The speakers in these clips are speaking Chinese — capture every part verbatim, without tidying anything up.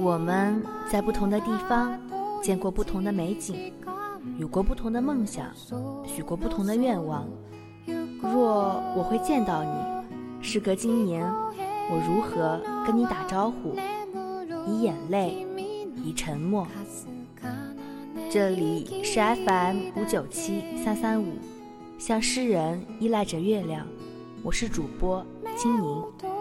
我们在不同的地方见过不同的美景，有过不同的梦想，许过不同的愿望。若我会见到你，时隔今年，我如何跟你打招呼？以眼泪，以沉默。这里是 F M 五九七三三五，向诗人依赖着月亮，我是主播青柠。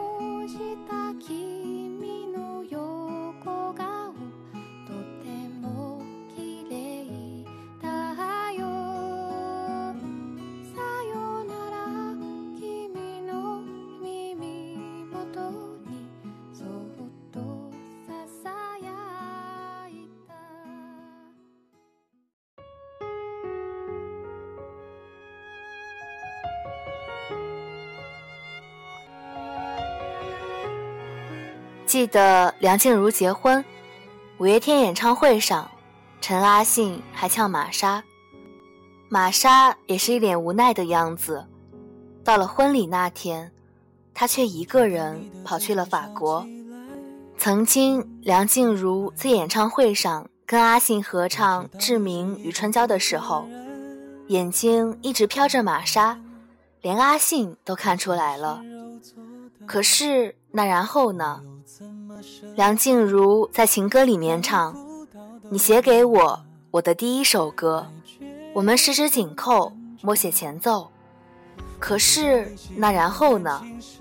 记得梁静茹结婚，五月天演唱会上，陈阿信还呛玛莎，玛莎也是一脸无奈的样子。到了婚礼那天，她却一个人跑去了法国。曾经梁静茹在演唱会上跟阿信合唱《志明与春娇》的时候，眼睛一直飘着玛莎，连阿信都看出来了。可是那然后呢？梁静茹在情歌里面唱，你写给我我的第一首歌，我们十指紧扣默写前奏。可是那然后呢？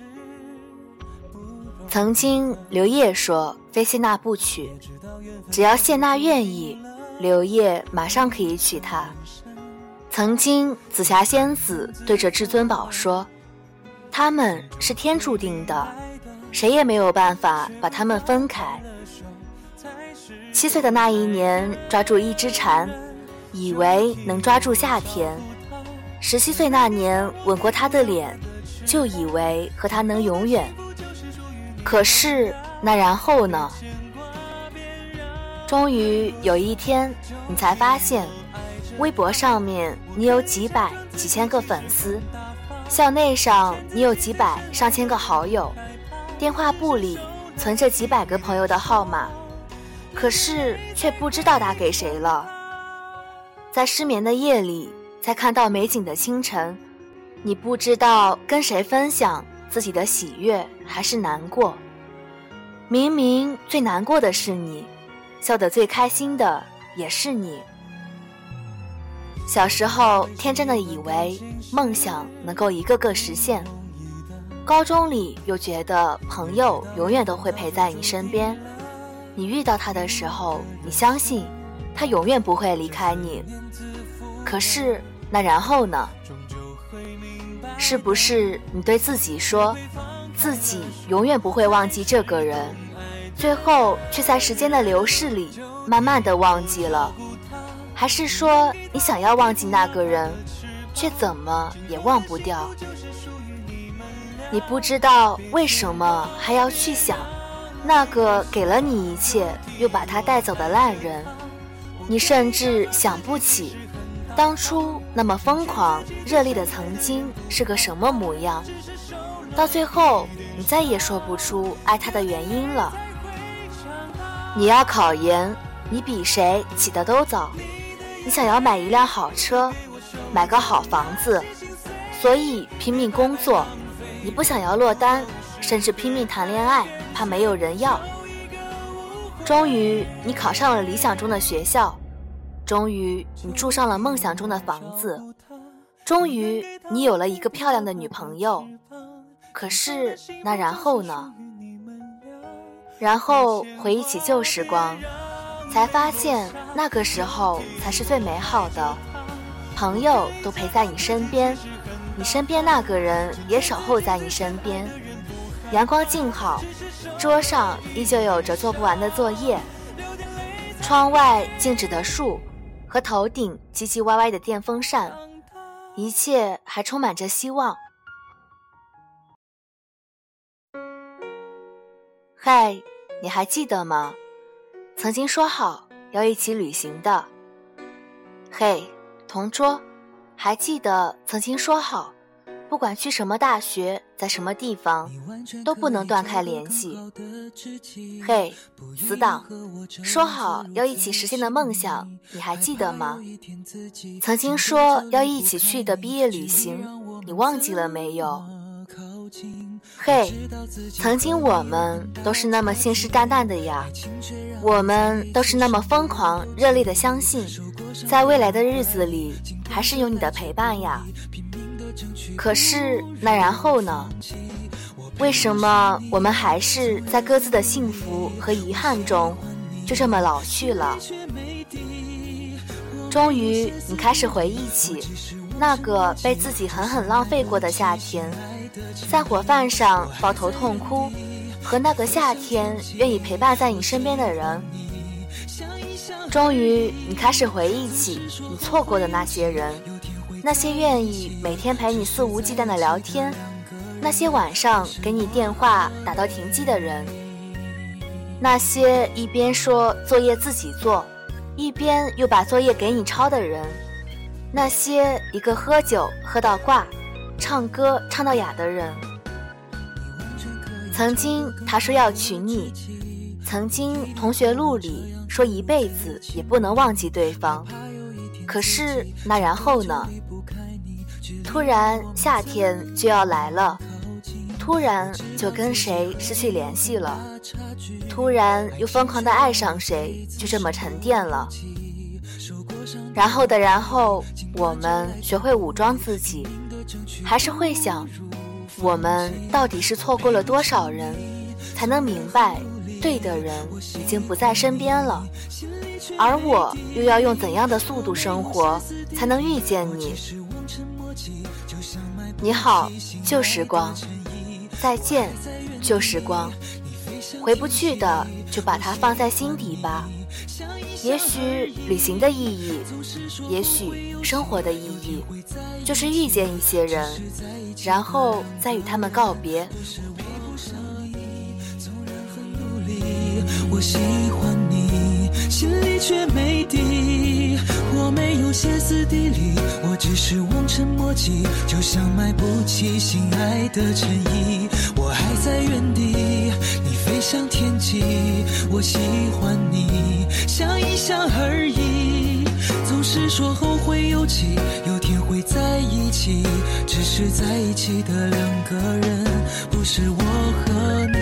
曾经刘烨说非谢娜不娶，只要谢娜愿意，刘烨马上可以娶她。曾经紫霞仙子对着至尊宝说，他们是天注定的，谁也没有办法把他们分开。七岁的那一年抓住一只蝉，以为能抓住夏天。十七岁那年吻过他的脸，就以为和他能永远。可是那然后呢？终于有一天，你才发现微博上面你有几百几千个粉丝，校内上你有几百上千个好友，电话簿里存着几百个朋友的号码，可是却不知道打给谁了。在失眠的夜里，才看到美景的清晨，你不知道跟谁分享自己的喜悦还是难过。明明最难过的是你，笑得最开心的也是你。小时候天真的以为梦想能够一个个实现，高中里又觉得朋友永远都会陪在你身边，你遇到他的时候，你相信他永远不会离开你。可是那然后呢？是不是你对自己说自己永远不会忘记这个人，最后却在时间的流逝里慢慢的忘记了？还是说你想要忘记那个人，却怎么也忘不掉？你不知道为什么还要去想那个给了你一切又把他带走的烂人，你甚至想不起当初那么疯狂热烈的曾经是个什么模样。到最后你再也说不出爱他的原因了。你要考研，你比谁起得都早，你想要买一辆好车，买个好房子，所以拼命工作。你不想要落单，甚至拼命谈恋爱，怕没有人要。终于你考上了理想中的学校，终于你住上了梦想中的房子，终于你有了一个漂亮的女朋友。可是那然后呢？然后回忆起旧时光，才发现那个时候才是最美好的，朋友都陪在你身边，你身边那个人也守候在你身边。阳光静好，桌上依旧有着做不完的作业，窗外静止的树和头顶唧唧歪歪的电风扇，一切还充满着希望。嗨，你还记得吗？曾经说好要一起旅行的。嘿，同桌，还记得曾经说好不管去什么大学，在什么地方，都不能断开联系。嘿，死党，说好要一起实现的梦想，你还记得吗？曾经说要一起去的毕业旅行，你忘记了没有？嘿，曾经我们都是那么信誓旦旦的呀，我们都是那么疯狂热烈的相信，在未来的日子里还是有你的陪伴呀。可是那然后呢？为什么我们还是在各自的幸福和遗憾中就这么老去了？终于你开始回忆起那个被自己狠狠浪费过的夏天，在火饭上抱头痛哭，和那个夏天愿意陪伴在你身边的人。终于你开始回忆起你错过的那些人，那些愿意每天陪你肆无忌惮的聊天，那些晚上给你电话打到停机的人，那些一边说作业自己做，一边又把作业给你抄的人，那些一个喝酒喝到挂，唱歌唱到哑的人。曾经他说要娶你，曾经同学录里说一辈子也不能忘记对方，可是那然后呢？突然夏天就要来了，突然就跟谁失去联系了，突然又疯狂地爱上谁，就这么沉淀了。然后的然后，我们学会武装自己，还是会想，我们到底是错过了多少人，才能明白对的人已经不在身边了，而我又要用怎样的速度生活才能遇见你？你好，旧时光，再见，旧时光，回不去的就把它放在心底吧。也许旅行的意义，也许生活的意义，就是遇见一些人，然后再与他们告别。 我喜欢你，心里却没底，我没有歇斯底里，我只是望尘莫及，就像买不起心爱的衬衣。我还在原地，你飞向天际，我喜欢你，想一想而已。总是说后会有期，有天会在一起，只是在一起的两个人，不是我和你。